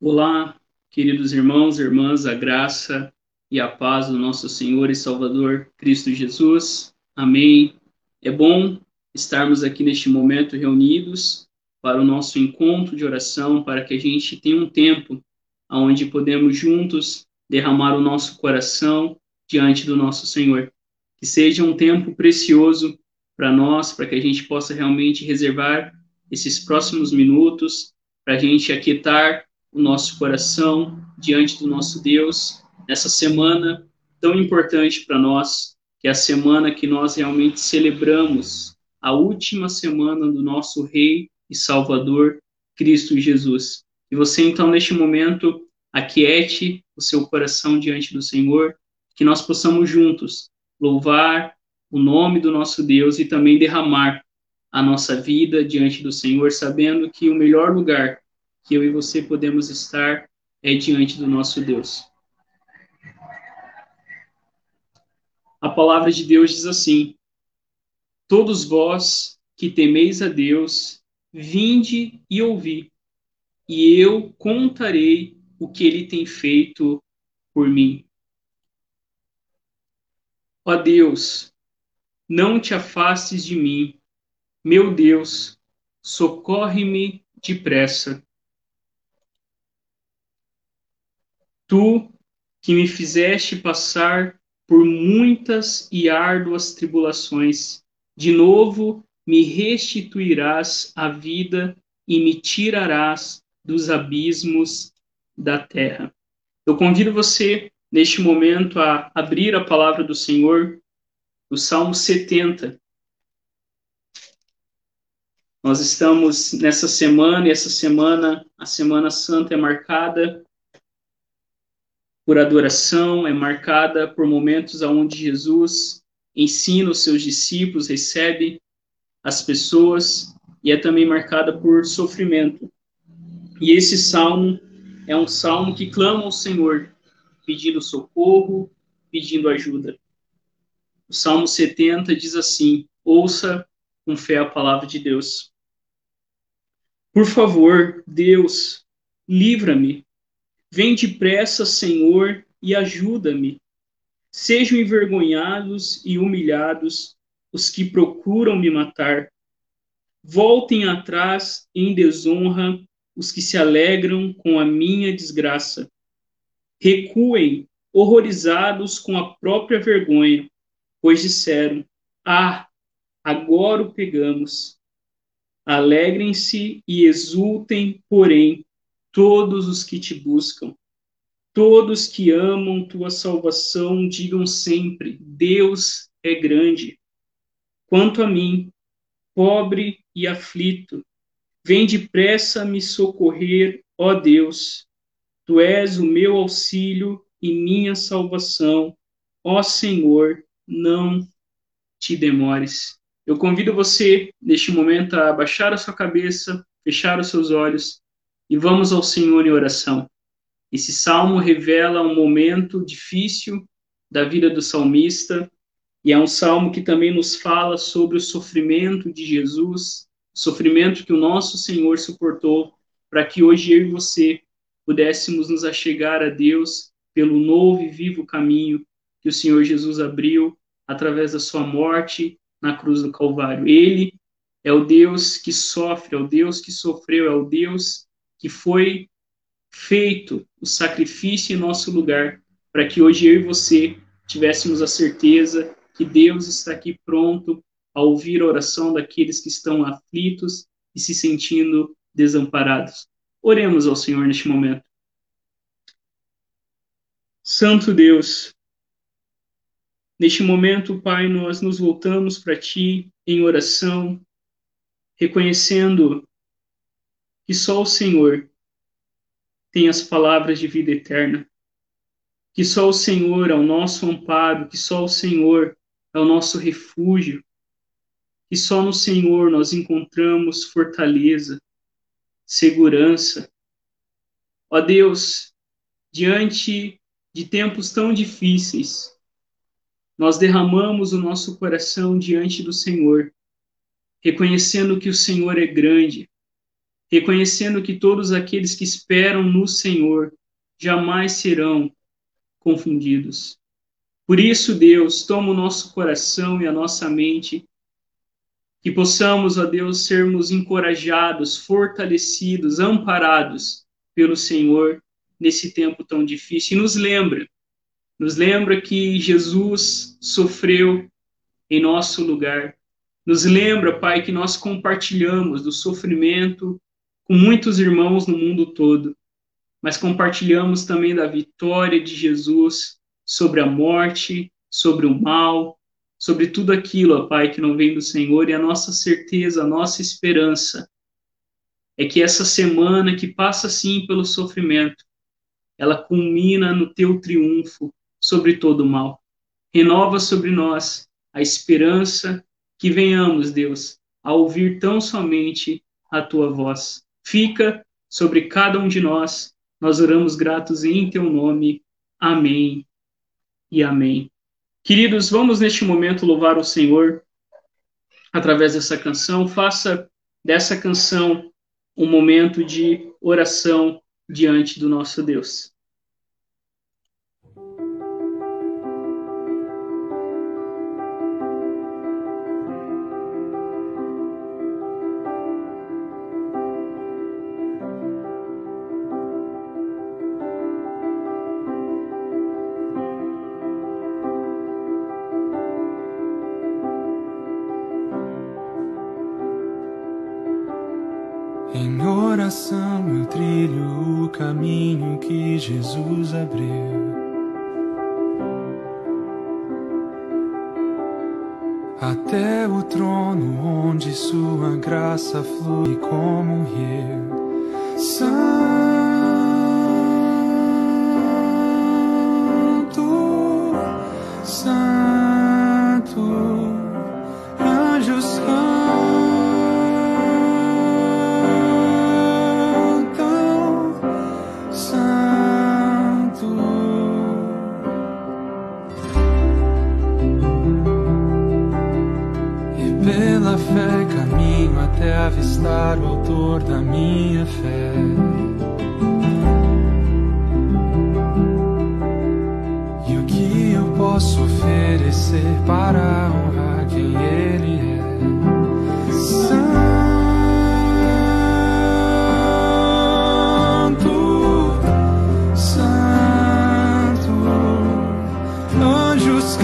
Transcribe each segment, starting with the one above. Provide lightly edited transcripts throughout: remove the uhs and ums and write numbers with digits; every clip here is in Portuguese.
Olá, queridos irmãos e irmãs, a graça e a paz do nosso Senhor e Salvador Cristo Jesus. Amém. É bom estarmos aqui neste momento reunidos para o nosso encontro de oração, para que a gente tenha um tempo onde podemos juntos derramar o nosso coração diante do nosso Senhor. Que seja um tempo precioso para nós, para que a gente possa realmente reservar esses próximos minutos para a gente aquietar o nosso coração diante do nosso Deus nessa semana tão importante para nós, que é a semana que nós realmente celebramos a última semana do nosso Rei e Salvador, Cristo Jesus. E você, então, neste momento, aquiete o seu coração diante do Senhor, que nós possamos juntos louvar o nome do nosso Deus e também derramar a nossa vida diante do Senhor, sabendo que o melhor lugar que eu e você podemos estar é diante do nosso Deus. A palavra de Deus diz assim: todos vós que temeis a Deus, vinde e ouvi, e eu contarei o que ele tem feito por mim. Ó Deus, não te afastes de mim. Meu Deus, socorre-me depressa. Tu que me fizeste passar por muitas e árduas tribulações, de novo me restituirás a vida e me tirarás dos abismos da terra. Eu convido você, neste momento, a abrir a palavra do Senhor, o Salmo 70. Nós estamos nessa semana, e essa semana, a Semana Santa, é marcada por adoração, é marcada por momentos onde Jesus ensina os seus discípulos, recebe as pessoas, e é também marcada por sofrimento. E esse salmo é um salmo que clama ao Senhor, pedindo socorro, pedindo ajuda. O Salmo 70 diz assim: ouça com fé a palavra de Deus. Por favor, Deus, livra-me. Vem depressa, Senhor, e ajuda-me. Sejam envergonhados e humilhados os que procuram me matar. Voltem atrás em desonra os que se alegram com a minha desgraça. Recuem, horrorizados com a própria vergonha, pois disseram: ah, agora o pegamos. Alegrem-se e exultem, porém, todos os que te buscam. Todos que amam tua salvação digam sempre: Deus é grande. Quanto a mim, pobre e aflito, vem depressa me socorrer, ó Deus. Tu és o meu auxílio e minha salvação. Ó Senhor, não te demores. Eu convido você, neste momento, a abaixar a sua cabeça, fechar os seus olhos e vamos ao Senhor em oração. Esse salmo revela um momento difícil da vida do salmista, e é um salmo que também nos fala sobre o sofrimento de Jesus, o sofrimento que o nosso Senhor suportou, para que hoje eu e você pudéssemos nos achegar a Deus pelo novo e vivo caminho que o Senhor Jesus abriu através da sua morte na cruz do Calvário. Ele é o Deus que sofre, é o Deus que sofreu, é o Deus que foi feito o sacrifício em nosso lugar, para que hoje eu e você tivéssemos a certeza que Deus está aqui pronto a ouvir a oração daqueles que estão aflitos e se sentindo desamparados. Oremos ao Senhor neste momento. Santo Deus, neste momento, Pai, nós nos voltamos para Ti em oração, reconhecendo que só o Senhor tem as palavras de vida eterna, que só o Senhor é o nosso amparo, que só o Senhor é o nosso refúgio, que só no Senhor nós encontramos fortaleza, segurança. Ó Deus, diante de tempos tão difíceis, nós derramamos o nosso coração diante do Senhor, reconhecendo que o Senhor é grande, reconhecendo que todos aqueles que esperam no Senhor jamais serão confundidos. Por isso, Deus, toma o nosso coração e a nossa mente, que possamos, ó Deus, sermos encorajados, fortalecidos, amparados pelo Senhor nesse tempo tão difícil. E nos lembra que Jesus sofreu em nosso lugar. Nos lembra, Pai, que nós compartilhamos do sofrimento com muitos irmãos no mundo todo, mas compartilhamos também da vitória de Jesus sobre a morte, sobre o mal, sobre tudo aquilo, ó Pai, que não vem do Senhor. E a nossa certeza, a nossa esperança é que essa semana que passa, sim, pelo sofrimento, ela culmina no teu triunfo sobre todo o mal. Renova sobre nós a esperança que venhamos, Deus, a ouvir tão somente a tua voz. Fica sobre cada um de nós. Nós oramos gratos em teu nome. Amém e amém. Queridos, vamos neste momento louvar o Senhor através dessa canção. Faça dessa canção um momento de oração diante do nosso Deus. Em oração eu trilho o caminho que Jesus abriu, até o trono onde sua graça flui como um rio. Santo, Santo, anjos pela fé caminho até avistar o autor da minha fé. E o que eu posso oferecer para honrar quem Ele é? Santo, Santo, anjos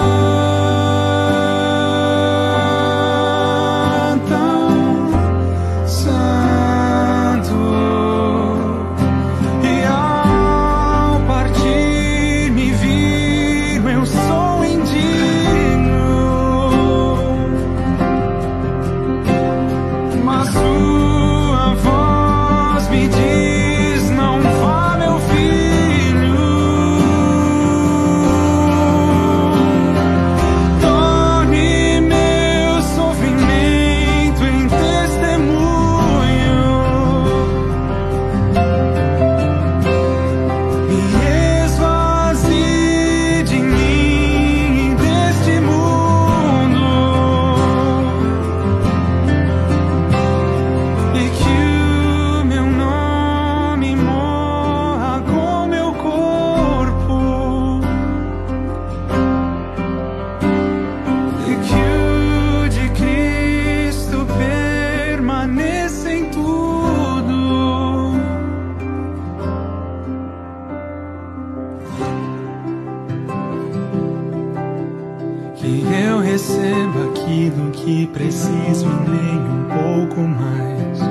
receba aquilo que preciso e nem um pouco mais.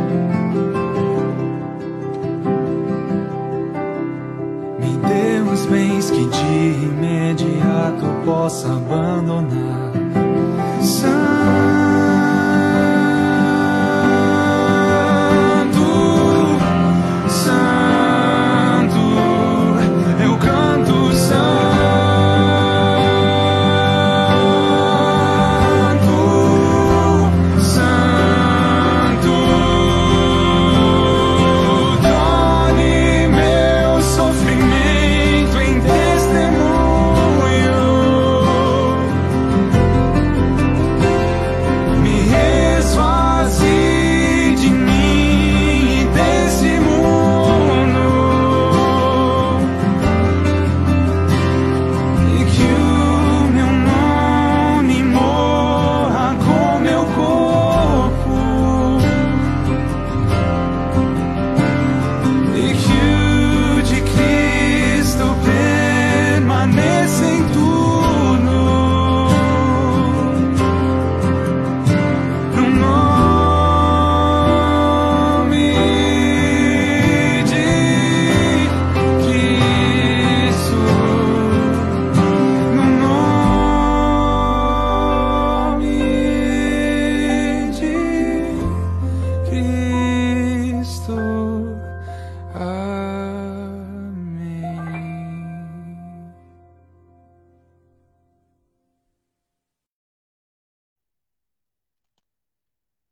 Me dê os bens que de imediato possa abandonar.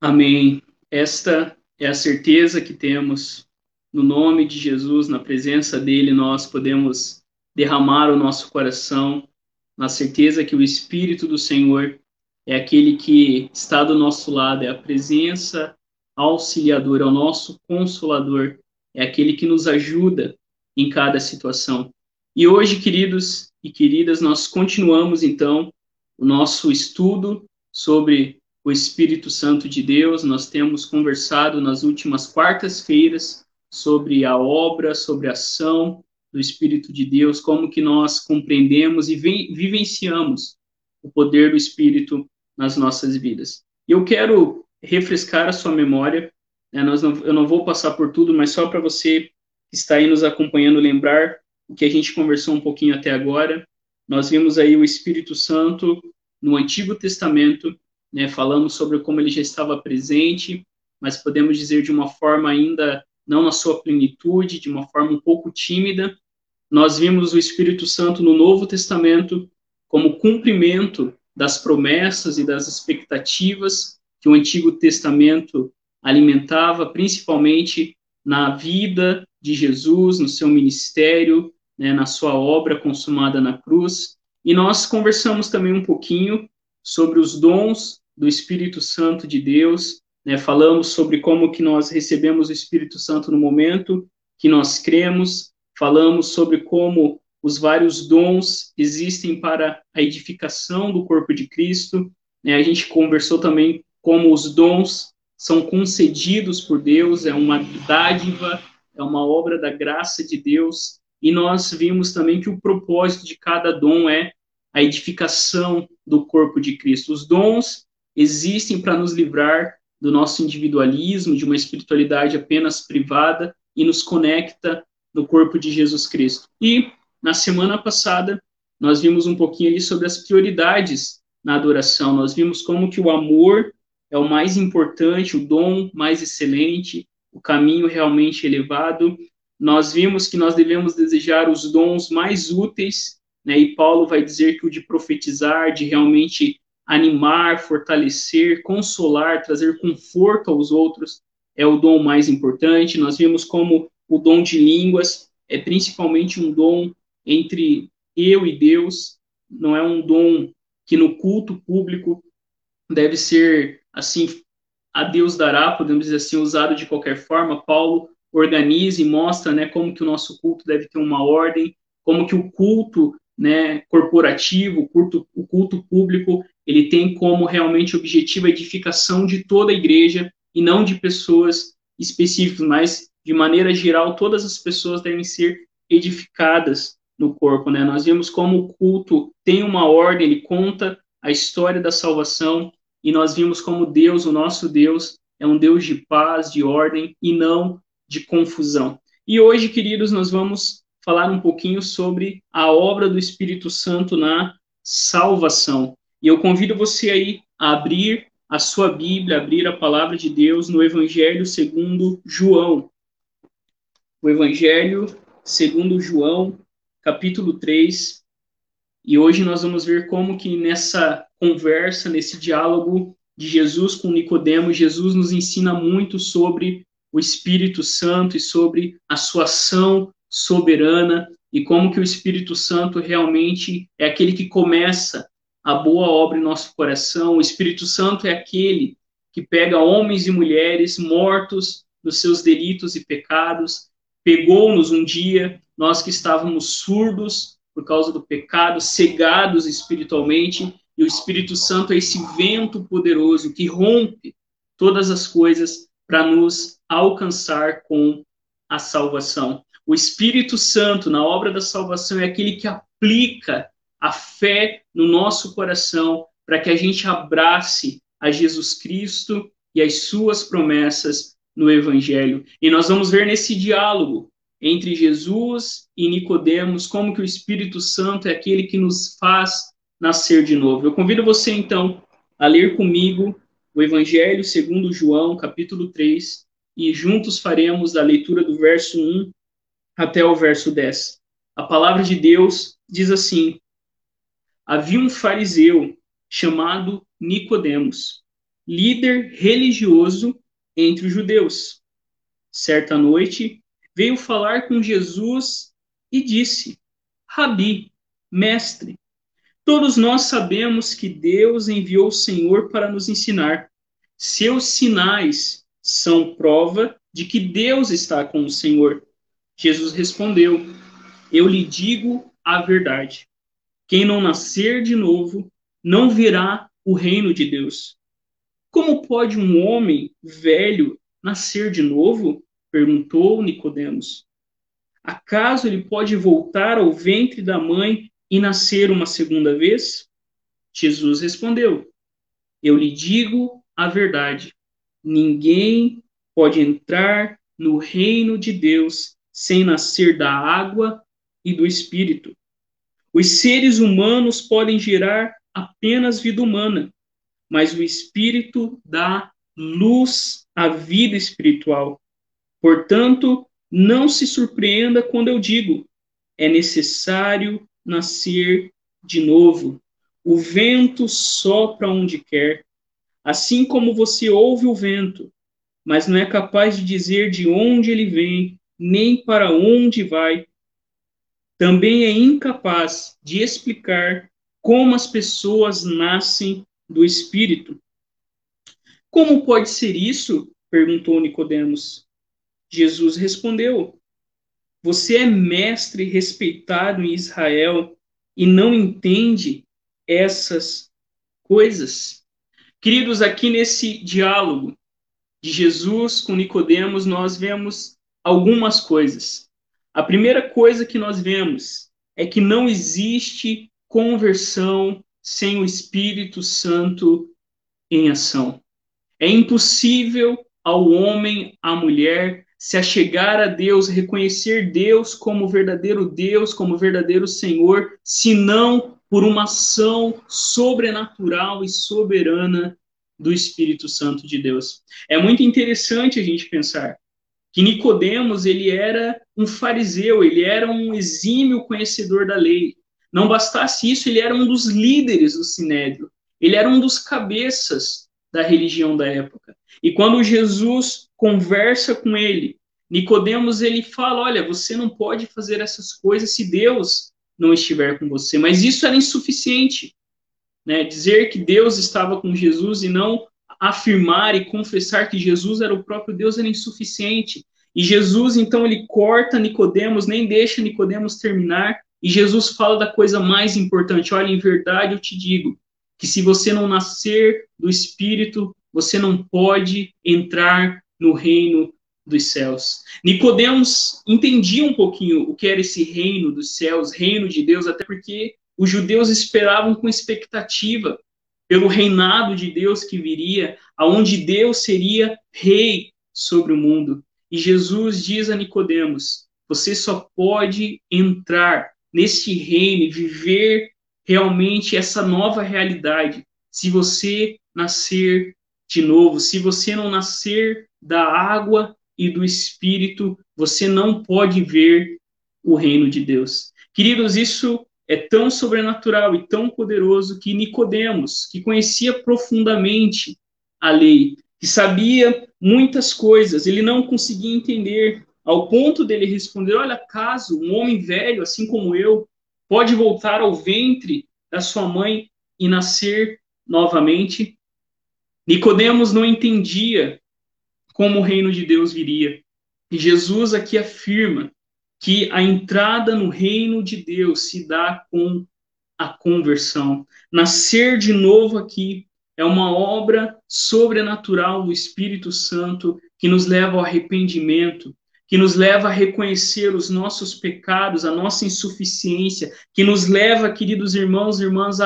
Amém. Esta é a certeza que temos no nome de Jesus, na presença dele, nós podemos derramar o nosso coração, na certeza que o Espírito do Senhor é aquele que está do nosso lado, é a presença auxiliadora, é o nosso consolador, é aquele que nos ajuda em cada situação. E hoje, queridos e queridas, nós continuamos então o nosso estudo sobre o Espírito Santo de Deus. Nós temos conversado nas últimas quartas-feiras sobre a obra, sobre a ação do Espírito de Deus, como que nós compreendemos e vivenciamos o poder do Espírito nas nossas vidas. Eu quero refrescar a sua memória, né? Eu não vou passar por tudo, mas só para você que está aí nos acompanhando lembrar o que a gente conversou um pouquinho até agora. Nós vimos aí o Espírito Santo no Antigo Testamento, né? Falamos sobre como ele já estava presente, mas podemos dizer de uma forma ainda não na sua plenitude, de uma forma um pouco tímida. Nós vimos o Espírito Santo no Novo Testamento como cumprimento das promessas e das expectativas que o Antigo Testamento alimentava, principalmente na vida de Jesus, no seu ministério, né, na sua obra consumada na cruz. E nós conversamos também um pouquinho sobre os dons do Espírito Santo de Deus, né, falamos sobre como que nós recebemos o Espírito Santo no momento que nós cremos, falamos sobre como os vários dons existem para a edificação do corpo de Cristo, né, a gente conversou também como os dons são concedidos por Deus, é uma dádiva, é uma obra da graça de Deus, e nós vimos também que o propósito de cada dom é a edificação do corpo de Cristo. Os dons existem para nos livrar do nosso individualismo, de uma espiritualidade apenas privada, e nos conecta no corpo de Jesus Cristo. E na semana passada nós vimos um pouquinho ali sobre as prioridades na adoração. Nós vimos como que o amor é o mais importante, o dom mais excelente, o caminho realmente elevado. Nós vimos que nós devemos desejar os dons mais úteis, né? E Paulo vai dizer que o de profetizar, de realmente animar, fortalecer, consolar, trazer conforto aos outros é o dom mais importante. Nós vimos como o dom de línguas é principalmente um dom entre eu e Deus, não é um dom que no culto público deve ser assim, a Deus dará, podemos dizer assim, usado de qualquer forma. Paulo organiza e mostra, né, como que o nosso culto deve ter uma ordem, como que o culto, né, corporativo, o culto público, ele tem como realmente objetivo a edificação de toda a igreja e não de pessoas específicas, mas de maneira geral todas as pessoas devem ser edificadas no corpo, né? Nós vemos como o culto tem uma ordem, ele conta a história da salvação, e nós vimos como Deus, o nosso Deus, é um Deus de paz, de ordem e não de confusão. E hoje, queridos, nós vamos falar um pouquinho sobre a obra do Espírito Santo na salvação. E eu convido você aí a abrir a sua Bíblia, abrir a palavra de Deus no Evangelho segundo João. O Evangelho segundo João, capítulo 3. E hoje nós vamos ver como que nessa conversa, nesse diálogo de Jesus com Nicodemo, Jesus nos ensina muito sobre o Espírito Santo e sobre a sua ação soberana e como que o Espírito Santo realmente é aquele que começa a boa obra em nosso coração. O Espírito Santo é aquele que pega homens e mulheres mortos nos seus delitos e pecados, pegou-nos um dia, nós que estávamos surdos por causa do pecado, cegados espiritualmente, e o Espírito Santo é esse vento poderoso que rompe todas as coisas para nos alcançar com a salvação. O Espírito Santo, na obra da salvação, é aquele que aplica a fé no nosso coração para que a gente abrace a Jesus Cristo e as suas promessas no Evangelho. E nós vamos ver nesse diálogo entre Jesus e Nicodemos como que o Espírito Santo é aquele que nos faz nascer de novo. Eu convido você, então, a ler comigo o Evangelho segundo João, capítulo 3, e juntos faremos a leitura do verso 1 até o verso 10. A palavra de Deus diz assim: havia um fariseu chamado Nicodemos, líder religioso entre os judeus. Certa noite, veio falar com Jesus e disse: Rabi, mestre, todos nós sabemos que Deus enviou o Senhor para nos ensinar. Seus sinais são prova de que Deus está com o Senhor. Jesus respondeu: Eu lhe digo a verdade. Quem não nascer de novo não verá o reino de Deus. Como pode um homem velho nascer de novo? Perguntou Nicodemos. Acaso ele pode voltar ao ventre da mãe e nascer uma segunda vez? Jesus respondeu: Eu lhe digo a verdade. Ninguém pode entrar no reino de Deus sem nascer da água e do Espírito. Os seres humanos podem gerar apenas vida humana, mas o Espírito dá luz à vida espiritual. Portanto, não se surpreenda quando eu digo: é necessário nascer de novo. O vento sopra onde quer, assim como você ouve o vento, mas não é capaz de dizer de onde ele vem, nem para onde vai. Também é incapaz de explicar como as pessoas nascem do Espírito. Como pode ser isso? Perguntou Nicodemos. Jesus respondeu: Você é mestre respeitado em Israel e não entende essas coisas? Queridos, aqui nesse diálogo de Jesus com Nicodemos, nós vemos algumas coisas. A primeira coisa que nós vemos é que não existe conversão sem o Espírito Santo em ação. É impossível ao homem, à mulher, se achegar a Deus, reconhecer Deus como verdadeiro Deus, como verdadeiro Senhor, senão por uma ação sobrenatural e soberana do Espírito Santo de Deus. É muito interessante a gente pensar que Nicodemos, ele era um fariseu, ele era um exímio conhecedor da lei. Não bastasse isso, ele era um dos líderes do Sinédrio. Ele era um dos cabeças da religião da época. E quando Jesus conversa com ele, Nicodemos, ele fala: olha, você não pode fazer essas coisas se Deus não estiver com você. Mas isso era insuficiente, né? Dizer que Deus estava com Jesus e não afirmar e confessar que Jesus era o próprio Deus era insuficiente. E Jesus, então, ele corta Nicodemos, nem deixa Nicodemos terminar, e Jesus fala da coisa mais importante: olha, em verdade eu te digo, que se você não nascer do Espírito, você não pode entrar no reino dos céus. Nicodemos entendia um pouquinho o que era esse reino dos céus, reino de Deus, até porque os judeus esperavam com expectativa pelo reinado de Deus que viria, aonde Deus seria rei sobre o mundo. E Jesus diz a Nicodemos: você só pode entrar neste reino e viver realmente essa nova realidade se você nascer de novo. Se você não nascer da água e do Espírito, você não pode ver o reino de Deus. Queridos, isso é tão sobrenatural e tão poderoso que Nicodemos, que conhecia profundamente a lei, que sabia muitas coisas, ele não conseguia entender, ao ponto dele responder: olha, acaso um homem velho, assim como eu, pode voltar ao ventre da sua mãe e nascer novamente? Nicodemos não entendia como o reino de Deus viria. E Jesus aqui afirma que a entrada no reino de Deus se dá com a conversão. Nascer de novo aqui é uma obra sobrenatural do Espírito Santo que nos leva ao arrependimento, que nos leva a reconhecer os nossos pecados, a nossa insuficiência, que nos leva, queridos irmãos e irmãs,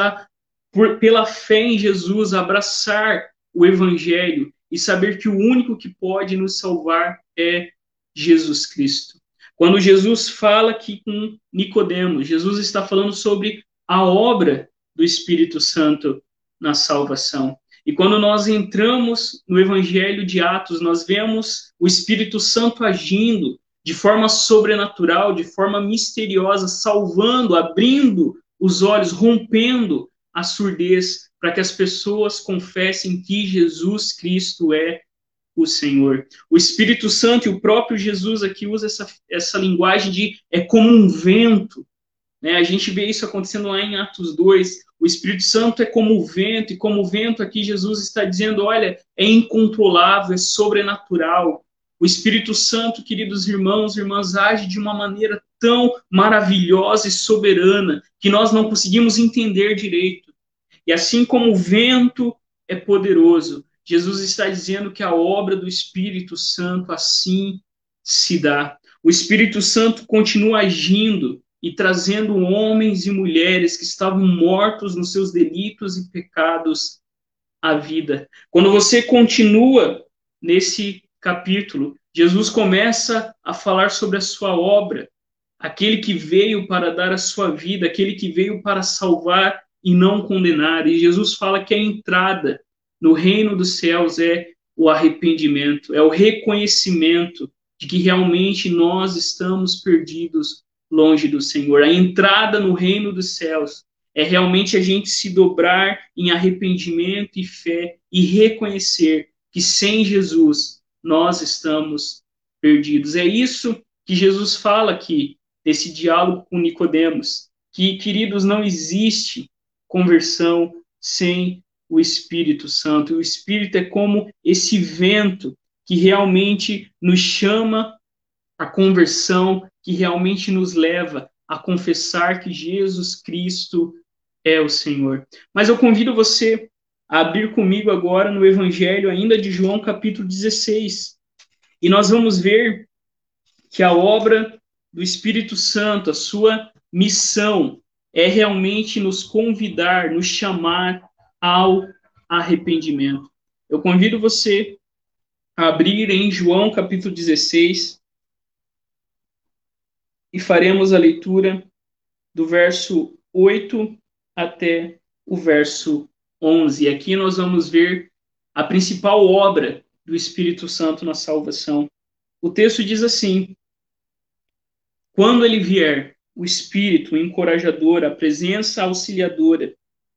pela fé em Jesus, abraçar o Evangelho e saber que o único que pode nos salvar é Jesus Cristo. Quando Jesus fala aqui com Nicodemos, Jesus está falando sobre a obra do Espírito Santo na salvação. E quando nós entramos no Evangelho de Atos, nós vemos o Espírito Santo agindo de forma sobrenatural, de forma misteriosa, salvando, abrindo os olhos, rompendo a surdez para que as pessoas confessem que Jesus Cristo é o Senhor. O Espírito Santo e o próprio Jesus aqui usa essa linguagem de é como um vento, né? A gente vê isso acontecendo lá em Atos 2. O Espírito Santo é como o vento, e como o vento aqui Jesus está dizendo, olha, é incontrolável, é sobrenatural. O Espírito Santo, queridos irmãos e irmãs, age de uma maneira tão maravilhosa e soberana que nós não conseguimos entender direito. E assim como o vento é poderoso, Jesus está dizendo que a obra do Espírito Santo assim se dá. O Espírito Santo continua agindo e trazendo homens e mulheres que estavam mortos nos seus delitos e pecados à vida. Quando você continua nesse capítulo, Jesus começa a falar sobre a sua obra, aquele que veio para dar a sua vida, aquele que veio para salvar e não condenar. E Jesus fala que a entrada no reino dos céus é o arrependimento, é o reconhecimento de que realmente nós estamos perdidos longe do Senhor. A entrada no reino dos céus é realmente a gente se dobrar em arrependimento e fé e reconhecer que sem Jesus nós estamos perdidos. É isso que Jesus fala aqui, desse diálogo com Nicodemos, que, queridos, não existe conversão sem o Espírito Santo. E o Espírito é como esse vento que realmente nos chama à conversão, que realmente nos leva a confessar que Jesus Cristo é o Senhor. Mas eu convido você a abrir comigo agora no Evangelho ainda de João, capítulo 16. E nós vamos ver que a obra do Espírito Santo, a sua missão, é realmente nos convidar, nos chamar ao arrependimento. Eu convido você a abrir em João, capítulo 16, e faremos a leitura do verso 8 até o verso 11. E aqui nós vamos ver a principal obra do Espírito Santo na salvação. O texto diz assim: quando ele vier, o Espírito encorajador, a presença auxiliadora,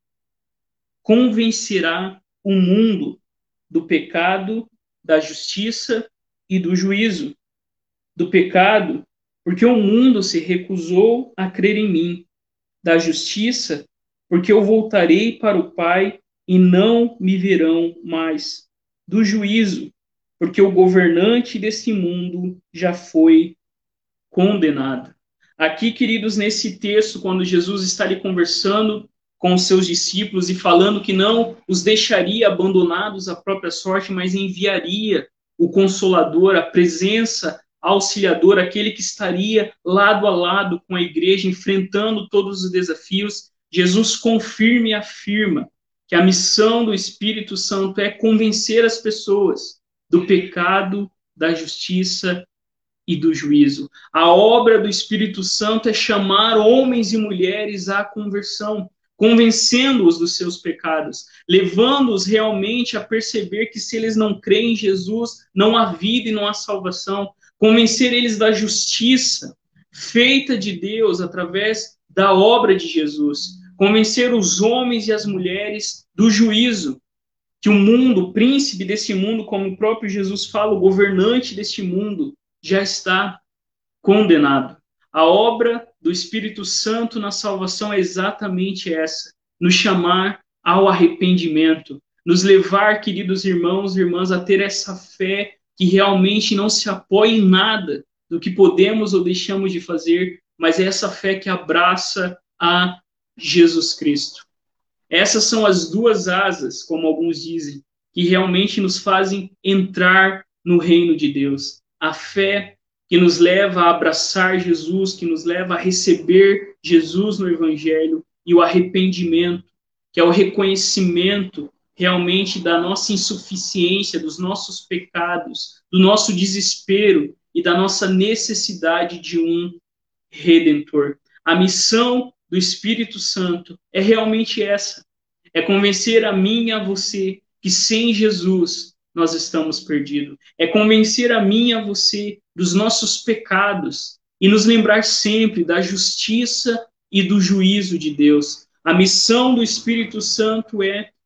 convencerá o mundo do pecado, da justiça e do juízo. Do pecado, porque o mundo se recusou a crer em mim. Da justiça, porque eu voltarei para o Pai e não me verão mais. Do juízo, porque o governante desse mundo já foi condenado. Aqui, queridos, nesse texto, quando Jesus está ali conversando com os seus discípulos e falando que não os deixaria abandonados à própria sorte, mas enviaria o Consolador, a presença auxiliadora, aquele que estaria lado a lado com a igreja, enfrentando todos os desafios, Jesus confirma e afirma que a missão do Espírito Santo é convencer as pessoas do pecado, da justiça e do juízo. A obra do Espírito Santo é chamar homens e mulheres à conversão, convencendo-os dos seus pecados, levando-os realmente a perceber que se eles não creem em Jesus, não há vida e não há salvação, convencer eles da justiça feita de Deus através da obra de Jesus, convencer os homens e as mulheres do juízo, que o mundo, o príncipe desse mundo, como o próprio Jesus fala, o governante deste mundo, já está condenado. A obra do Espírito Santo na salvação é exatamente essa, nos chamar ao arrependimento, nos levar, queridos irmãos e irmãs, a ter essa fé que realmente não se apoia em nada do que podemos ou deixamos de fazer, mas é essa fé que abraça a Jesus Cristo. Essas são as duas asas, como alguns dizem, que realmente nos fazem entrar no reino de Deus. A fé que nos leva a abraçar Jesus, que nos leva a receber Jesus no Evangelho, e o arrependimento, que é o reconhecimento realmente da nossa insuficiência, dos nossos pecados, do nosso desespero e da nossa necessidade de um Redentor. A missão do Espírito Santo é realmente essa, é convencer a mim e a você que sem Jesus nós estamos perdidos. É convencer a mim e a você dos nossos pecados e nos lembrar sempre da justiça e do juízo de Deus. A missão do Espírito Santo é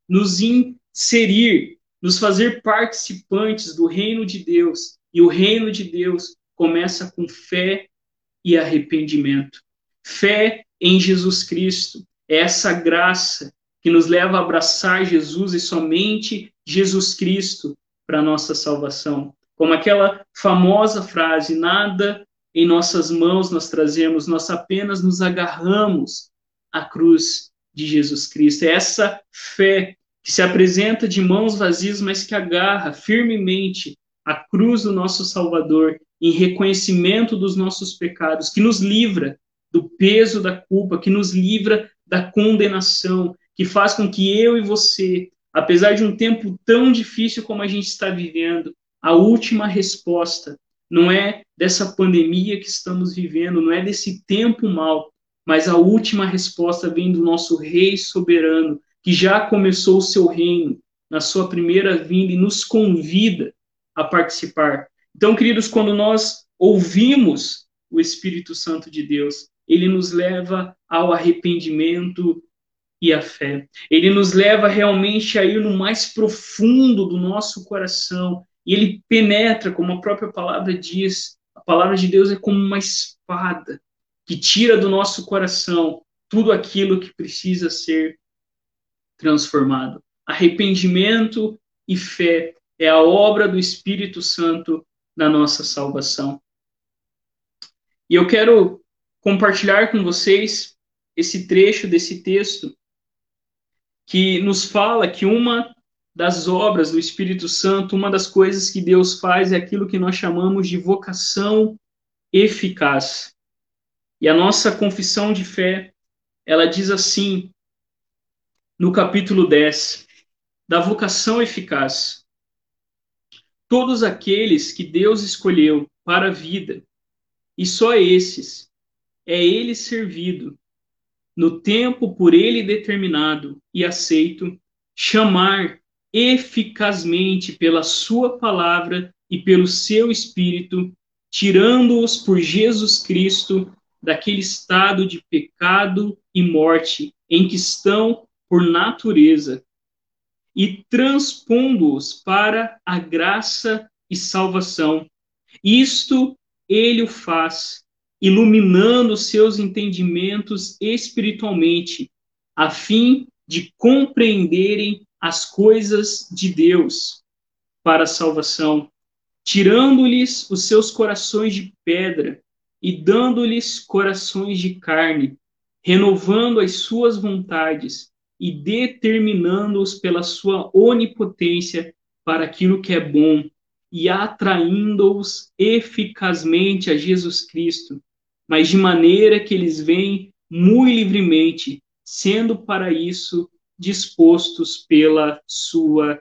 nos inserir, nos fazer participantes do reino de Deus. E o reino de Deus começa com fé e arrependimento. Fé em Jesus Cristo é essa graça que nos leva a abraçar Jesus e somente Jesus Cristo para a nossa salvação. Como aquela famosa frase, nada em nossas mãos nós trazemos, nós apenas nos agarramos à cruz de Jesus Cristo. É essa fé que se apresenta de mãos vazias, mas que agarra firmemente a cruz do nosso Salvador em reconhecimento dos nossos pecados, que nos livra do peso da culpa, que nos livra da condenação, que faz com que eu e você, apesar de um tempo tão difícil como a gente está vivendo, a última resposta não é dessa pandemia que estamos vivendo, não é desse tempo mau, mas a última resposta vem do nosso Rei soberano, que já começou o seu reino na sua primeira vinda e nos convida a participar. Então, queridos, quando nós ouvimos o Espírito Santo de Deus, ele nos leva ao arrependimento e à fé. Ele nos leva realmente a ir no mais profundo do nosso coração. E ele penetra, como a própria palavra diz, a palavra de Deus é como uma espada que tira do nosso coração tudo aquilo que precisa ser transformado. Arrependimento e fé é a obra do Espírito Santo na nossa salvação. E eu quero compartilhar com vocês esse trecho desse texto que nos fala que uma das obras do Espírito Santo, uma das coisas que Deus faz é aquilo que nós chamamos de vocação eficaz. E a nossa confissão de fé, ela diz assim, no capítulo 10, da vocação eficaz. Todos aqueles que Deus escolheu para a vida, e só esses, é ele servido, no tempo por ele determinado e aceito, chamar eficazmente pela sua palavra e pelo seu Espírito, tirando-os por Jesus Cristo daquele estado de pecado e morte em que estão por natureza, e transpondo-os para a graça e salvação. Isto ele o faz, iluminando seus entendimentos espiritualmente, a fim de compreenderem as coisas de Deus para a salvação, tirando-lhes os seus corações de pedra e dando-lhes corações de carne, renovando as suas vontades e determinando-os pela sua onipotência para aquilo que é bom e atraindo-os eficazmente a Jesus Cristo, mas de maneira que eles vêm muito livremente, sendo para isso dispostos pela sua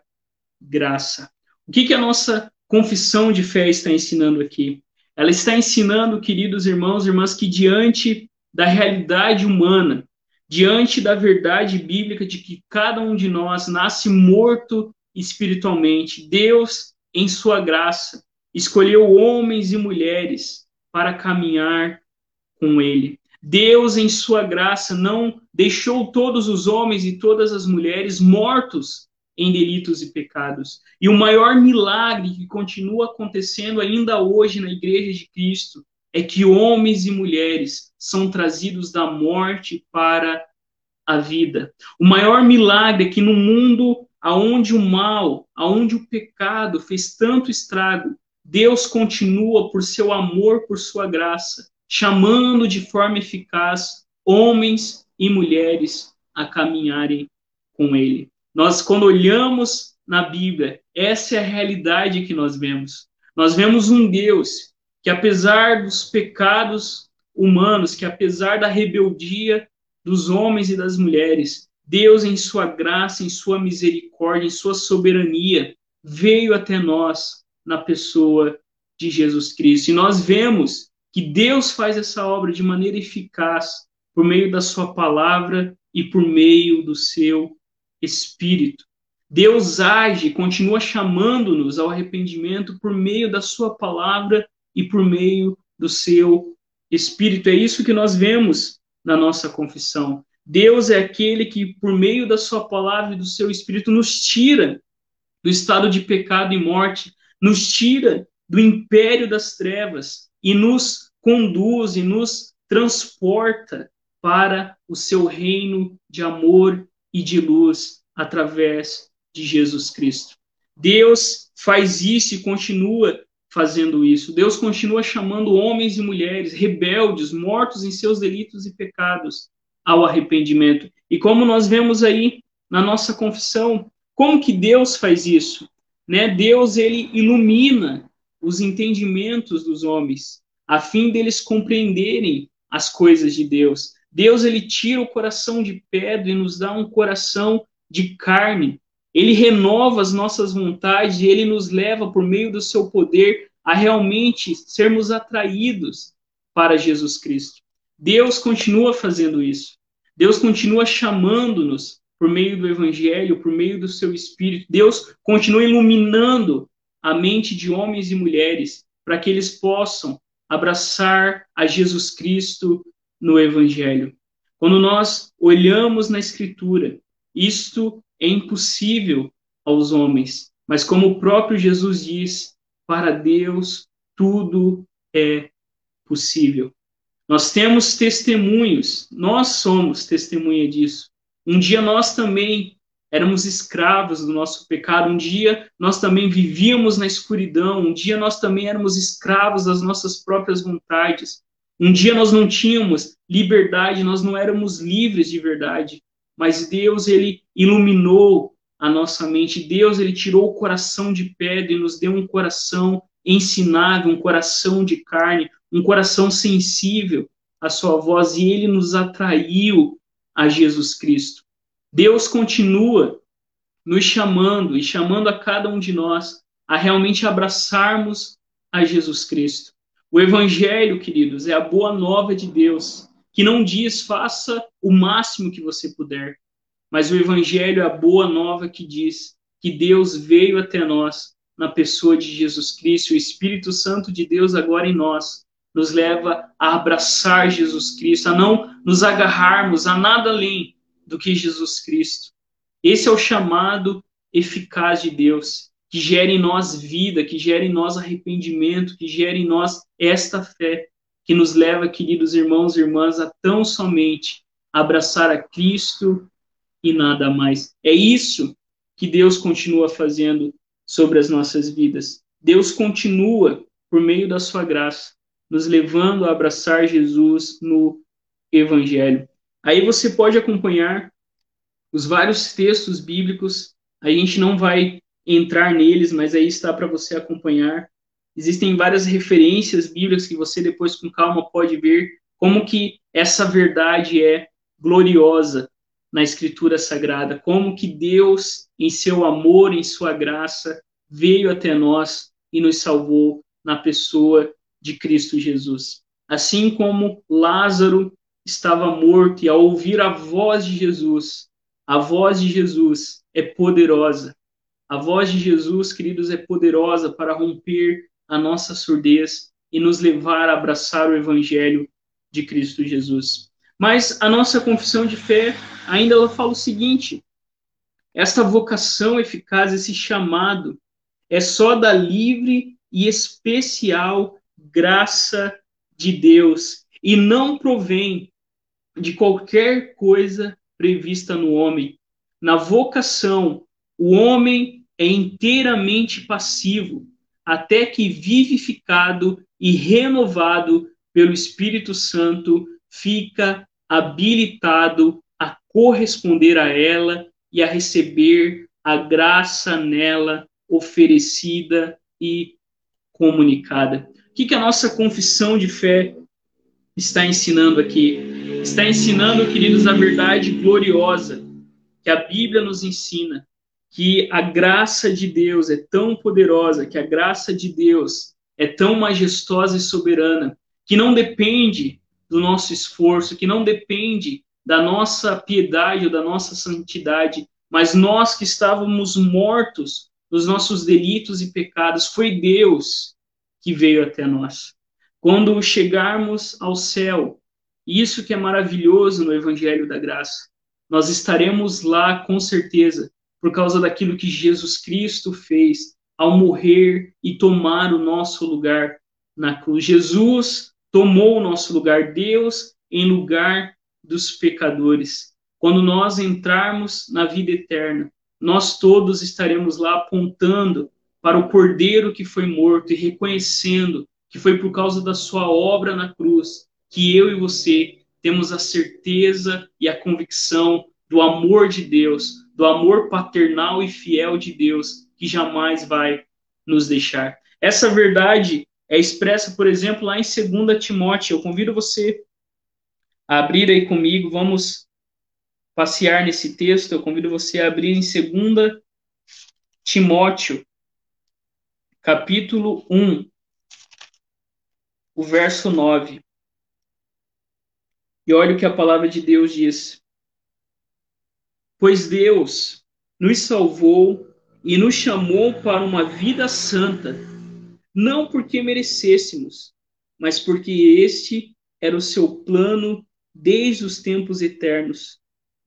graça. O que a nossa confissão de fé está ensinando aqui? Ela está ensinando, queridos irmãos e irmãs, que diante da realidade humana, diante da verdade bíblica de que cada um de nós nasce morto espiritualmente, Deus, em sua graça, escolheu homens e mulheres para caminhar com ele. Deus, em sua graça, não deixou todos os homens e todas as mulheres mortos em delitos e pecados. E o maior milagre que continua acontecendo ainda hoje na Igreja de Cristo é que homens e mulheres são trazidos da morte para a vida. O maior milagre é que no mundo aonde o mal, aonde o pecado fez tanto estrago, Deus continua, por seu amor, por sua graça, chamando de forma eficaz homens e mulheres a caminharem com ele. Nós, quando olhamos na Bíblia, essa é a realidade que nós vemos. Nós vemos um Deus que, apesar dos pecados humanos, que apesar da rebeldia dos homens e das mulheres, Deus, em sua graça, em sua misericórdia, em sua soberania, veio até nós na pessoa de Jesus Cristo. E nós vemos que Deus faz essa obra de maneira eficaz por meio da sua palavra e por meio do seu Espírito. Deus age, continua chamando-nos ao arrependimento por meio da sua palavra e por meio do seu Espírito. É isso que nós vemos na nossa confissão. Deus é aquele que, por meio da sua palavra e do seu Espírito, nos tira do estado de pecado e morte, nos tira do império das trevas e nos conduz e nos transporta para o seu reino de amor e de luz através de Jesus Cristo. Deus faz isso e continua fazendo isso. Deus continua chamando homens e mulheres rebeldes, mortos em seus delitos e pecados, ao arrependimento. E como nós vemos aí na nossa confissão, como que Deus faz isso? Né? Deus, ele ilumina os entendimentos dos homens, a fim deles compreenderem as coisas de Deus. Deus, ele tira o coração de pedra e nos dá um coração de carne. Ele renova as nossas vontades e ele nos leva, por meio do seu poder, a realmente sermos atraídos para Jesus Cristo. Deus continua fazendo isso. Deus continua chamando-nos por meio do Evangelho, por meio do seu Espírito. Deus continua iluminando a mente de homens e mulheres para que eles possam abraçar a Jesus Cristo no Evangelho. Quando nós olhamos na Escritura, isto é impossível aos homens, mas como o próprio Jesus diz, para Deus tudo é possível. Nós temos testemunhos, nós somos testemunha disso. Um dia nós também éramos escravos do nosso pecado, um dia nós também vivíamos na escuridão, um dia nós também éramos escravos das nossas próprias vontades. Um dia nós não tínhamos liberdade, nós não éramos livres de verdade, mas Deus, ele iluminou a nossa mente, Deus, ele tirou o coração de pedra e nos deu um coração ensinável, um coração de carne, um coração sensível à sua voz, e ele nos atraiu a Jesus Cristo. Deus continua nos chamando e chamando a cada um de nós a realmente abraçarmos a Jesus Cristo. O Evangelho, queridos, é a boa nova de Deus, que não diz faça o máximo que você puder, mas o Evangelho é a boa nova que diz que Deus veio até nós na pessoa de Jesus Cristo, o Espírito Santo de Deus agora em nós, nos leva a abraçar Jesus Cristo, a não nos agarrarmos a nada além do que Jesus Cristo. Esse é o chamado eficaz de Deus, que gera em nós vida, que gera em nós arrependimento, que gera em nós esta fé, que nos leva, queridos irmãos e irmãs, a tão somente abraçar a Cristo e nada mais. É isso que Deus continua fazendo sobre as nossas vidas. Deus continua, por meio da sua graça, nos levando a abraçar Jesus no Evangelho. Aí você pode acompanhar os vários textos bíblicos, a gente não vai entrar neles, mas aí está para você acompanhar. Existem várias referências bíblicas que você depois com calma pode ver como que essa verdade é gloriosa na Escritura Sagrada, como que Deus, em seu amor, em sua graça, veio até nós e nos salvou na pessoa de Cristo Jesus. Assim como Lázaro estava morto e ao ouvir a voz de Jesus, a voz de Jesus é poderosa. A voz de Jesus, queridos, é poderosa para romper a nossa surdez e nos levar a abraçar o Evangelho de Cristo Jesus. Mas a nossa confissão de fé ainda ela fala o seguinte: esta vocação eficaz, esse chamado, é só da livre e especial graça de Deus e não provém de qualquer coisa prevista no homem. Na vocação, o homem é inteiramente passivo, até que vivificado e renovado pelo Espírito Santo, fica habilitado a corresponder a ela e a receber a graça nela oferecida e comunicada. O que a nossa confissão de fé está ensinando aqui? Está ensinando, queridos, a verdade gloriosa que a Bíblia nos ensina, que a graça de Deus é tão poderosa, que a graça de Deus é tão majestosa e soberana, que não depende do nosso esforço, que não depende da nossa piedade ou da nossa santidade, mas nós que estávamos mortos nos nossos delitos e pecados, foi Deus que veio até nós. Quando chegarmos ao céu, E isso que é maravilhoso no Evangelho da Graça. Nós estaremos lá com certeza por causa daquilo que Jesus Cristo fez ao morrer e tomar o nosso lugar na cruz. Jesus tomou o nosso lugar, Deus em lugar dos pecadores. Quando nós entrarmos na vida eterna, nós todos estaremos lá apontando para o Cordeiro que foi morto e reconhecendo que foi por causa da sua obra na cruz que eu e você temos a certeza e a convicção do amor de Deus, do amor paternal e fiel de Deus, que jamais vai nos deixar. Essa verdade é expressa, por exemplo, lá em 2 Timóteo. Eu convido você a abrir aí comigo, vamos passear nesse texto. Eu convido você a abrir em 2 Timóteo, capítulo 1, o verso 9. E olha o que a palavra de Deus diz. Pois Deus nos salvou e nos chamou para uma vida santa, não porque merecêssemos, mas porque este era o seu plano desde os tempos eternos,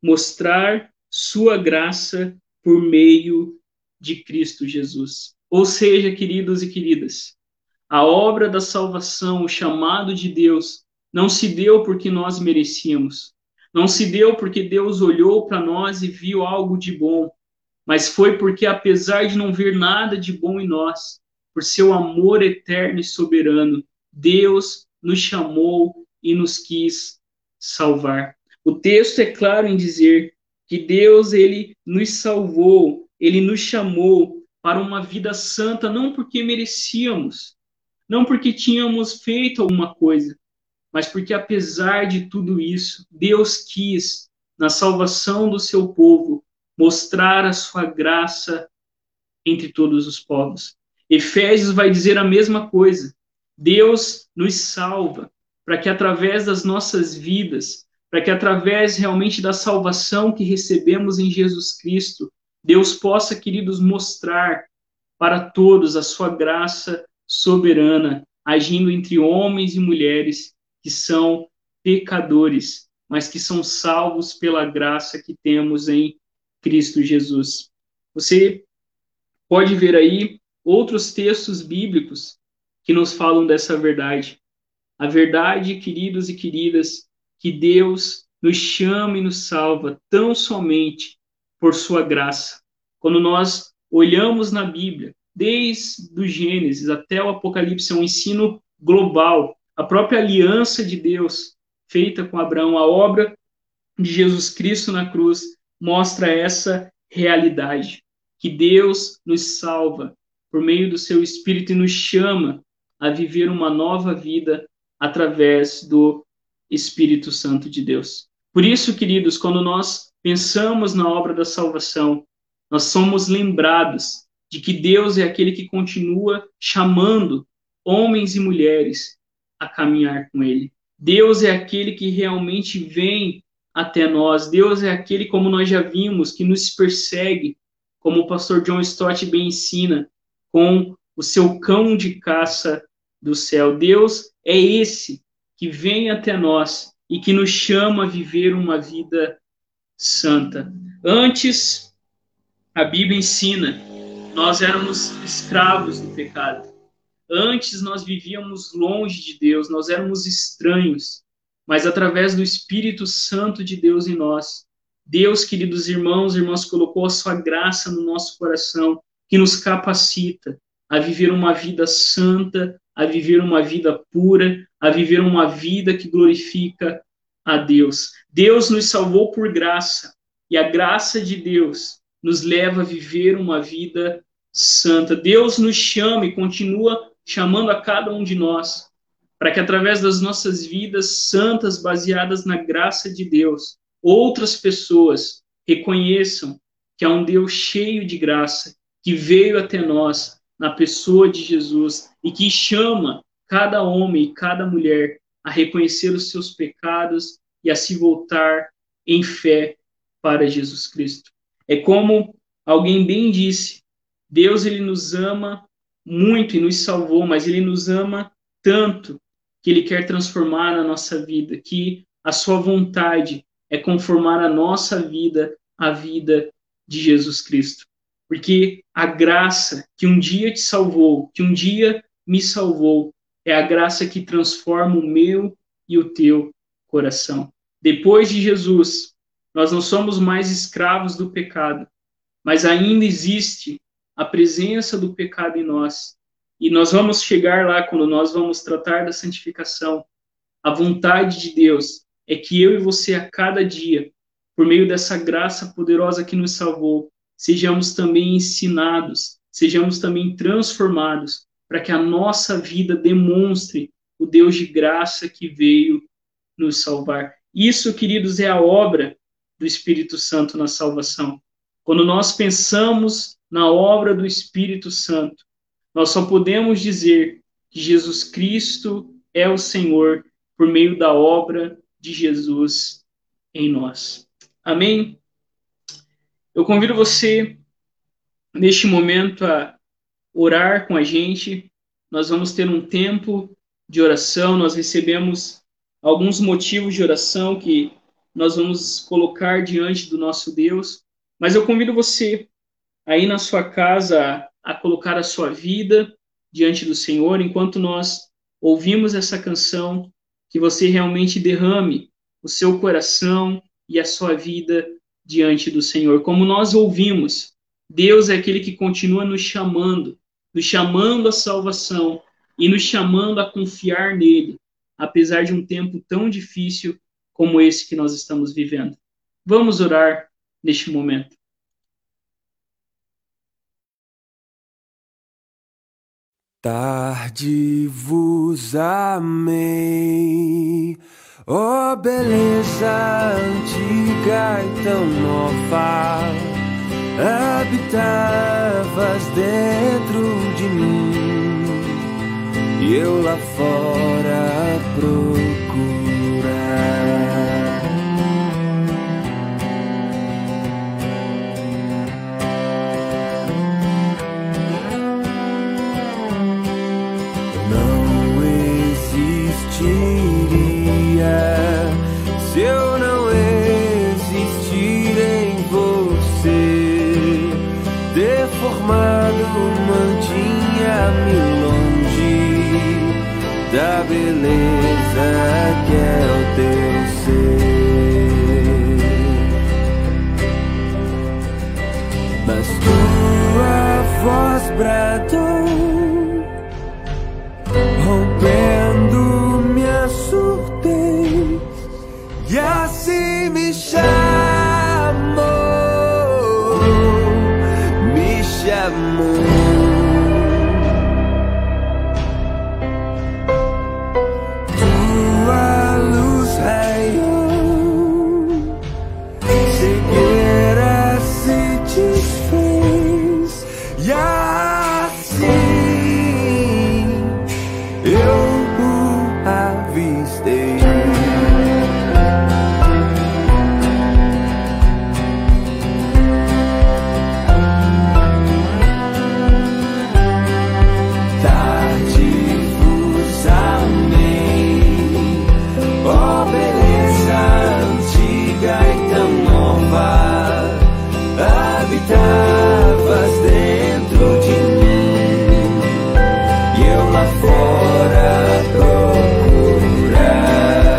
mostrar sua graça por meio de Cristo Jesus. Ou seja, queridos e queridas, a obra da salvação, o chamado de Deus, não se deu porque nós merecíamos. Não se deu porque Deus olhou para nós e viu algo de bom, mas foi porque, apesar de não ver nada de bom em nós, por seu amor eterno e soberano, Deus nos chamou e nos quis salvar. O texto é claro em dizer que Deus, ele nos salvou, ele nos chamou para uma vida santa, não porque merecíamos, não porque tínhamos feito alguma coisa, mas porque, apesar de tudo isso, Deus quis, na salvação do seu povo, mostrar a sua graça entre todos os povos. Efésios vai dizer a mesma coisa. Deus nos salva para que, através das nossas vidas, para que, através realmente da salvação que recebemos em Jesus Cristo, Deus possa, queridos, mostrar para todos a sua graça soberana, agindo entre homens e mulheres que são pecadores, mas que são salvos pela graça que temos em Cristo Jesus. Você pode ver aí outros textos bíblicos que nos falam dessa verdade. A verdade, queridos e queridas, que Deus nos chama e nos salva tão somente por sua graça. Quando nós olhamos na Bíblia, desde o Gênesis até o Apocalipse, é um ensino global. A própria aliança de Deus feita com Abraão, a obra de Jesus Cristo na cruz, mostra essa realidade, que Deus nos salva por meio do seu Espírito e nos chama a viver uma nova vida através do Espírito Santo de Deus. Por isso, queridos, quando nós pensamos na obra da salvação, nós somos lembrados de que Deus é aquele que continua chamando homens e mulheres a caminhar com Ele. Deus é aquele que realmente vem até nós. Deus é aquele, como nós já vimos, que nos persegue, como o pastor John Stott bem ensina, com o seu cão de caça do céu. Deus é esse que vem até nós e que nos chama a viver uma vida santa. Antes, a Bíblia ensina, nós éramos escravos do pecado. Antes nós vivíamos longe de Deus, nós éramos estranhos, mas através do Espírito Santo de Deus em nós, Deus, queridos irmãos e irmãs, colocou a sua graça no nosso coração, que nos capacita a viver uma vida santa, a viver uma vida pura, a viver uma vida que glorifica a Deus. Deus nos salvou por graça, e a graça de Deus nos leva a viver uma vida santa. Deus nos chama e continua chamando a cada um de nós, para que através das nossas vidas santas, baseadas na graça de Deus, outras pessoas reconheçam que há um Deus cheio de graça, que veio até nós na pessoa de Jesus e que chama cada homem e cada mulher a reconhecer os seus pecados e a se voltar em fé para Jesus Cristo. É como alguém bem disse, Deus, ele nos ama muito e nos salvou, mas ele nos ama tanto que ele quer transformar a nossa vida, que a sua vontade é conformar a nossa vida à vida de Jesus Cristo. Porque a graça que um dia te salvou, que um dia me salvou, é a graça que transforma o meu e o teu coração. Depois de Jesus, nós não somos mais escravos do pecado, mas ainda existe a presença do pecado em nós. E nós vamos chegar lá quando nós vamos tratar da santificação. A vontade de Deus é que eu e você, a cada dia, por meio dessa graça poderosa que nos salvou, sejamos também ensinados, sejamos também transformados, para que a nossa vida demonstre o Deus de graça que veio nos salvar. Isso, queridos, é a obra do Espírito Santo na salvação. Quando nós pensamos na obra do Espírito Santo, nós só podemos dizer que Jesus Cristo é o Senhor por meio da obra de Jesus em nós. Amém? Eu convido você, neste momento, a orar com a gente. Nós vamos ter um tempo de oração, nós recebemos alguns motivos de oração que nós vamos colocar diante do nosso Deus, mas eu convido você aí na sua casa a colocar a sua vida diante do Senhor, enquanto nós ouvimos essa canção, que você realmente derrame o seu coração e a sua vida diante do Senhor. Como nós ouvimos, Deus é aquele que continua nos chamando à salvação e nos chamando a confiar nele, apesar de um tempo tão difícil como esse que nós estamos vivendo. Vamos orar neste momento. Tarde vos amei, ó beleza antiga e tão nova, habitabas dentro de mim, e eu lá fora procurar. Se eu não existir em você, deformado mantinha-me longe da beleza que é o teu ser. Mas tua voz bradou, rompendo minha surdez, e assim me chamou, me chamou. Tua luz raiou, cegueira se desfez, e assim eu o avistei. Habitabas dentro de mim, e eu lá fora procurar.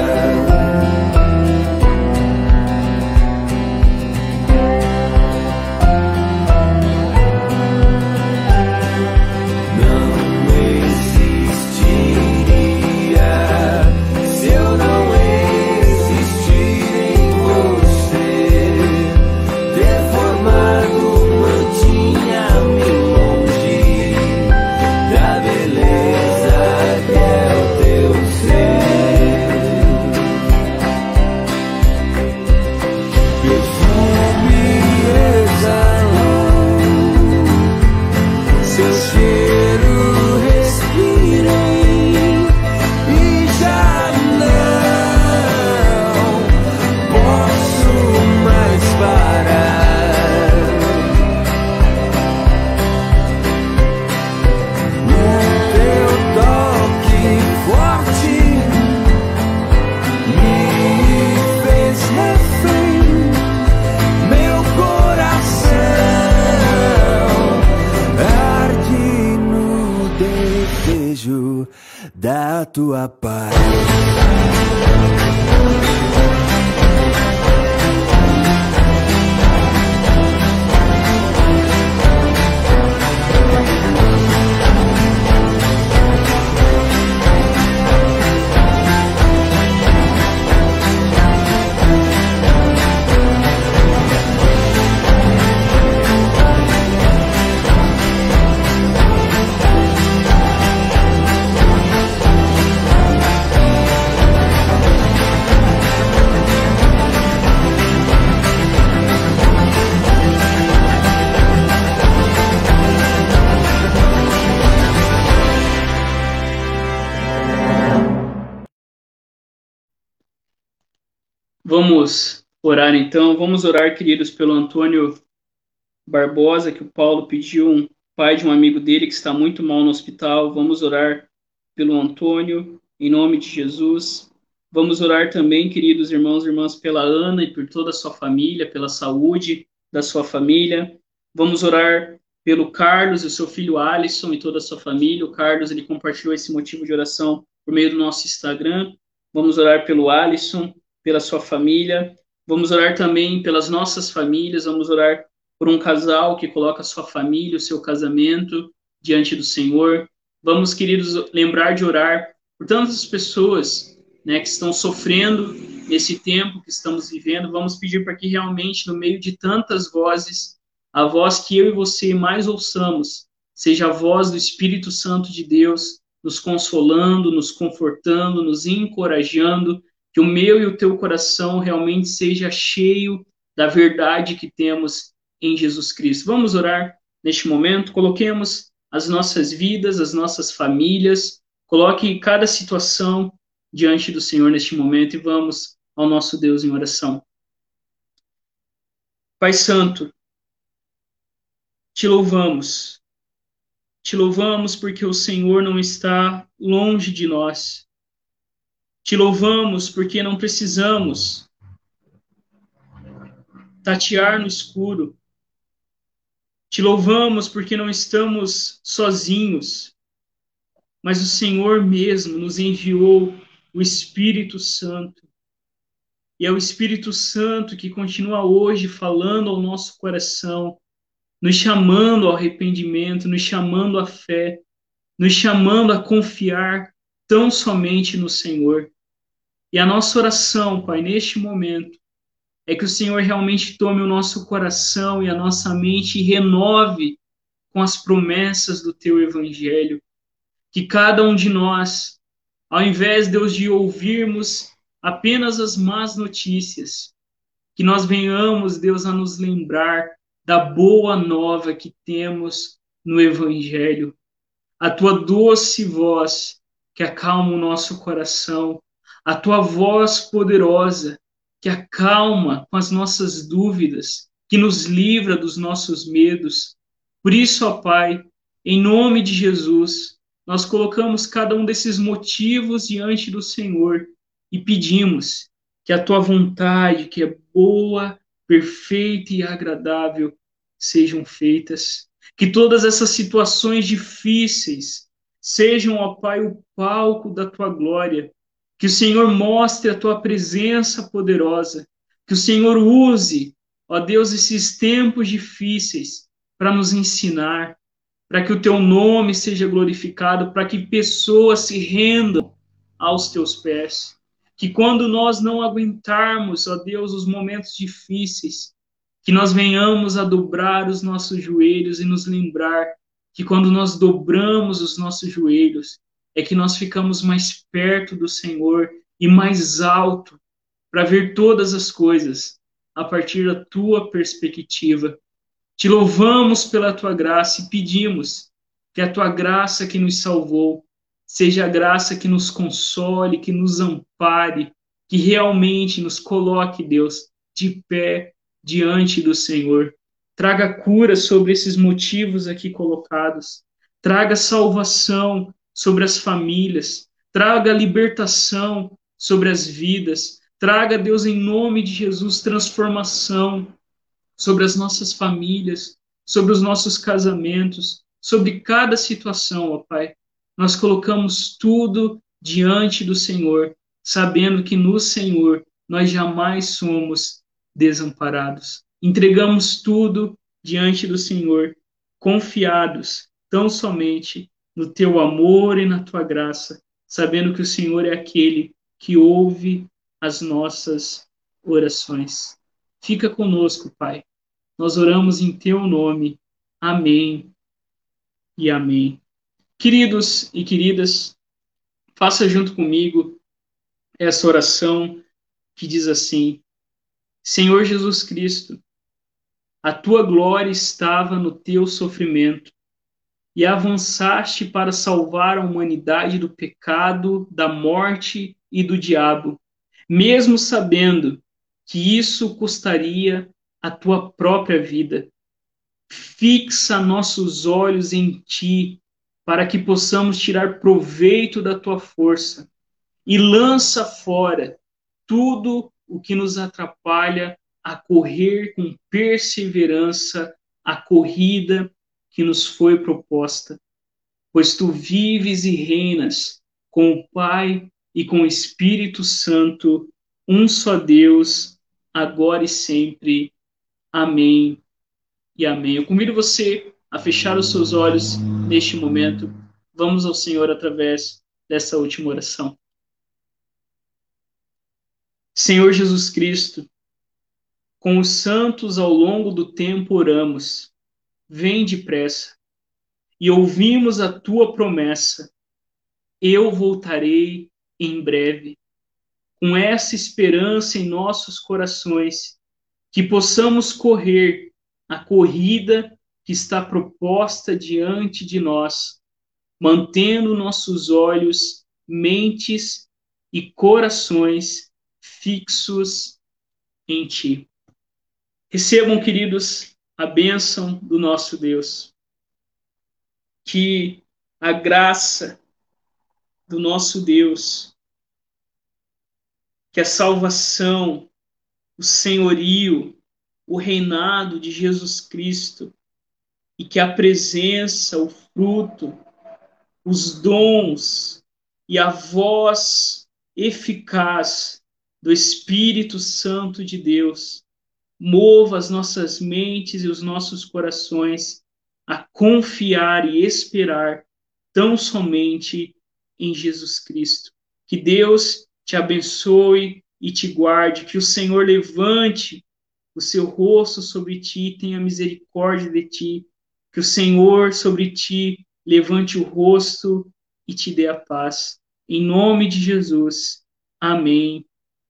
tua paz. Vamos orar então, vamos orar, queridos, pelo Antônio Barbosa, que o Paulo pediu, um pai de um amigo dele que está muito mal no hospital. Vamos orar pelo Antônio, em nome de Jesus. Vamos orar também, queridos irmãos e irmãs, pela Ana e por toda a sua família, pela saúde da sua família. Vamos orar pelo Carlos e o seu filho Alisson e toda a sua família. O Carlos, ele compartilhou esse motivo de oração por meio do nosso Instagram. Vamos orar pelo Alisson, pela sua família. Vamos orar também pelas nossas famílias. Vamos orar por um casal que coloca a sua família, o seu casamento diante do Senhor. Vamos, queridos, lembrar de orar por tantas pessoas, né, que estão sofrendo nesse tempo que estamos vivendo. Vamos pedir para que realmente, no meio de tantas vozes, a voz que eu e você mais ouçamos seja a voz do Espírito Santo de Deus, nos consolando, nos confortando, nos encorajando, que o meu e o teu coração realmente seja cheio da verdade que temos em Jesus Cristo. Vamos orar neste momento, coloquemos as nossas vidas, as nossas famílias, coloque cada situação diante do Senhor neste momento e vamos ao nosso Deus em oração. Pai Santo, te louvamos porque o Senhor não está longe de nós. Te louvamos porque não precisamos tatear no escuro. Te louvamos porque não estamos sozinhos, mas o Senhor mesmo nos enviou o Espírito Santo. E é o Espírito Santo que continua hoje falando ao nosso coração, nos chamando ao arrependimento, nos chamando à fé, nos chamando a confiar tão somente no Senhor. E a nossa oração, Pai, neste momento, é que o Senhor realmente tome o nosso coração e a nossa mente e renove com as promessas do Teu Evangelho. Que cada um de nós, ao invés, Deus, de ouvirmos apenas as más notícias, que nós venhamos, Deus, a nos lembrar da boa nova que temos no Evangelho. A Tua doce voz que acalma o nosso coração, a Tua voz poderosa que acalma com as nossas dúvidas, que nos livra dos nossos medos. Por isso, ó Pai, em nome de Jesus, nós colocamos cada um desses motivos diante do Senhor e pedimos que a Tua vontade, que é boa, perfeita e agradável, sejam feitas. Que todas essas situações difíceis sejam, ó Pai, o palco da Tua glória. Que o Senhor mostre a Tua presença poderosa. Que o Senhor use, ó Deus, esses tempos difíceis para nos ensinar, para que o Teu nome seja glorificado, para que pessoas se rendam aos Teus pés. Que quando nós não aguentarmos, ó Deus, os momentos difíceis, que nós venhamos a dobrar os nossos joelhos e nos lembrar que quando nós dobramos os nossos joelhos, é que nós ficamos mais perto do Senhor e mais alto para ver todas as coisas a partir da Tua perspectiva. Te louvamos pela Tua graça e pedimos que a Tua graça que nos salvou seja a graça que nos console, que nos ampare, que realmente nos coloque, Deus, de pé diante do Senhor. Traga cura sobre esses motivos aqui colocados. Traga salvação sobre as famílias. Traga libertação sobre as vidas. Traga, Deus, em nome de Jesus, transformação sobre as nossas famílias, sobre os nossos casamentos, sobre cada situação, ó Pai. Nós colocamos tudo diante do Senhor, sabendo que no Senhor nós jamais somos desamparados. Entregamos tudo diante do Senhor, confiados tão somente no teu amor e na tua graça, sabendo que o Senhor é aquele que ouve as nossas orações. Fica conosco, Pai. Nós oramos em teu nome. Amém e amém. Queridos e queridas, faça junto comigo essa oração que diz assim: Senhor Jesus Cristo, a tua glória estava no teu sofrimento e avançaste para salvar a humanidade do pecado, da morte e do diabo, mesmo sabendo que isso custaria a tua própria vida. Fixa nossos olhos em ti, para que possamos tirar proveito da tua força, e lança fora tudo o que nos atrapalha a correr com perseverança a corrida que nos foi proposta. Pois tu vives e reinas com o Pai e com o Espírito Santo, um só Deus, agora e sempre. Amém e amém. Eu convido você a fechar os seus olhos neste momento. Vamos ao Senhor através dessa última oração. Senhor Jesus Cristo, com os santos ao longo do tempo oramos. Vem depressa e ouvimos a tua promessa. Eu voltarei em breve. Com essa esperança em nossos corações, que possamos correr a corrida que está proposta diante de nós, mantendo nossos olhos, mentes e corações fixos em ti. Recebam, queridos, a bênção do nosso Deus. Que a graça do nosso Deus, que a salvação, o senhorio, o reinado de Jesus Cristo, e que a presença, o fruto, os dons e a voz eficaz do Espírito Santo de Deus mova as nossas mentes e os nossos corações a confiar e esperar tão somente em Jesus Cristo. Que Deus te abençoe e te guarde, que o Senhor levante o seu rosto sobre ti e tenha misericórdia de ti, que o Senhor sobre ti levante o rosto e te dê a paz. Em nome de Jesus. Amém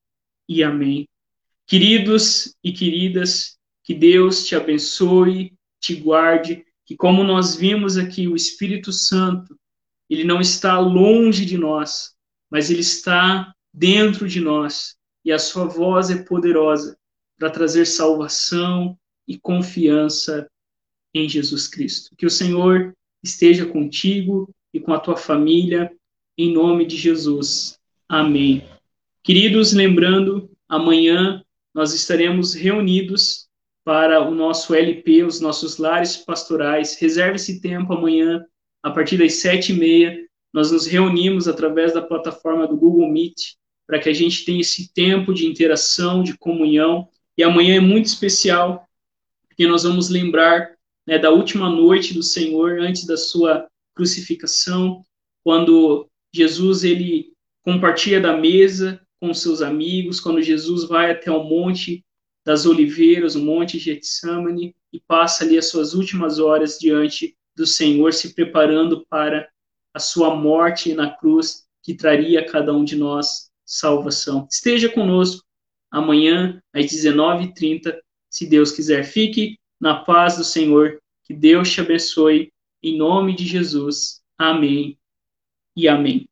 e amém. Queridos e queridas, que Deus te abençoe, te guarde, que como nós vimos aqui, o Espírito Santo, ele não está longe de nós, mas ele está dentro de nós, e a sua voz é poderosa para trazer salvação e confiança em Jesus Cristo. Que o Senhor esteja contigo e com a tua família, em nome de Jesus. Amém. Queridos, lembrando, amanhã nós estaremos reunidos para o nosso LP, os nossos lares pastorais. Reserve esse tempo amanhã, a partir das 7h30. Nós nos reunimos através da plataforma do Google Meet, para que a gente tenha esse tempo de interação, de comunhão. E amanhã é muito especial, porque nós vamos lembrar, né, da última noite do Senhor, antes da sua crucificação, quando Jesus ele compartilha da mesa com seus amigos, quando Jesus vai até o Monte das Oliveiras, o Monte Getsemane, e passa ali as suas últimas horas diante do Senhor, se preparando para a sua morte na cruz, que traria a cada um de nós salvação. Esteja conosco amanhã, às 19h30, se Deus quiser. Fique na paz do Senhor, que Deus te abençoe, em nome de Jesus. Amém e amém.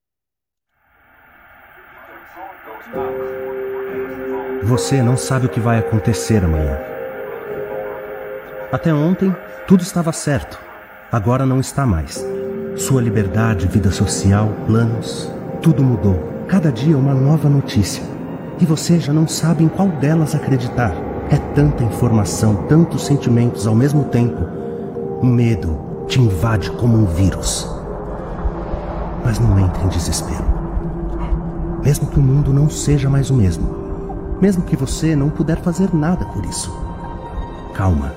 Você não sabe o que vai acontecer amanhã. Até ontem, tudo estava certo. Agora não está mais. Sua liberdade, vida social, planos, tudo mudou. Cada dia uma nova notícia. E você já não sabe em qual delas acreditar. É tanta informação, tantos sentimentos ao mesmo tempo. O medo te invade como um vírus. Mas não entre em desespero. Mesmo que o mundo não seja mais o mesmo, mesmo que você não puder fazer nada por isso, calma.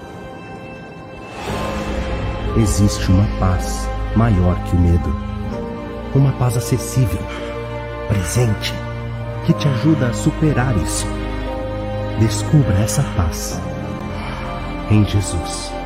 Existe uma paz maior que o medo. Uma paz acessível, presente, que te ajuda a superar isso. Descubra essa paz em Jesus.